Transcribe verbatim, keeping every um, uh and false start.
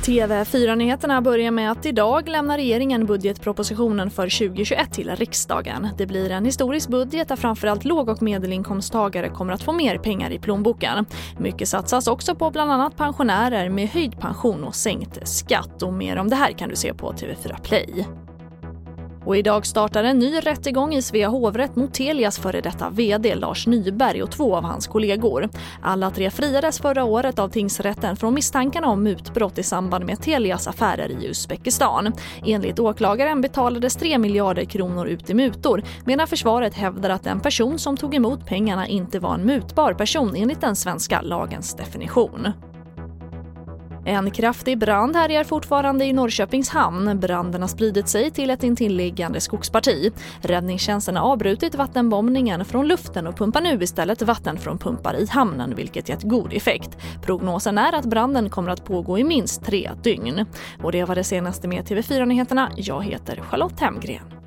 T V fyra-nyheterna börjar med att idag lämnar regeringen budgetpropositionen för tjugohundratjugoett till riksdagen. Det blir en historisk budget där framförallt låg- och medelinkomsttagare kommer att få mer pengar i plånboken. Mycket satsas också på bland annat pensionärer med höjd pension och sänkt skatt. Och mer om det här kan du se på T V fyra Play. Och idag startar en ny rättegång i Svea hovrätt mot Telias före detta vd Lars Nyberg och två av hans kollegor. Alla tre friades förra året av tingsrätten från misstankarna om mutbrott i samband med Telias affärer i Uzbekistan. Enligt åklagaren betalades tre miljarder kronor ut i mutor, medan försvaret hävdar att den person som tog emot pengarna inte var en mutbar person enligt den svenska lagens definition. En kraftig brand härjar fortfarande i Norrköpings hamn. Branden har spridit sig till ett intilliggande skogsparti. Räddningstjänsten har avbrutit vattenbombningen från luften och pumpar nu istället vatten från pumpar i hamnen, vilket gett god effekt. Prognosen är att branden kommer att pågå i minst tre dygn. Och det var det senaste med T V fyra-nyheterna. Jag heter Charlotte Hemgren.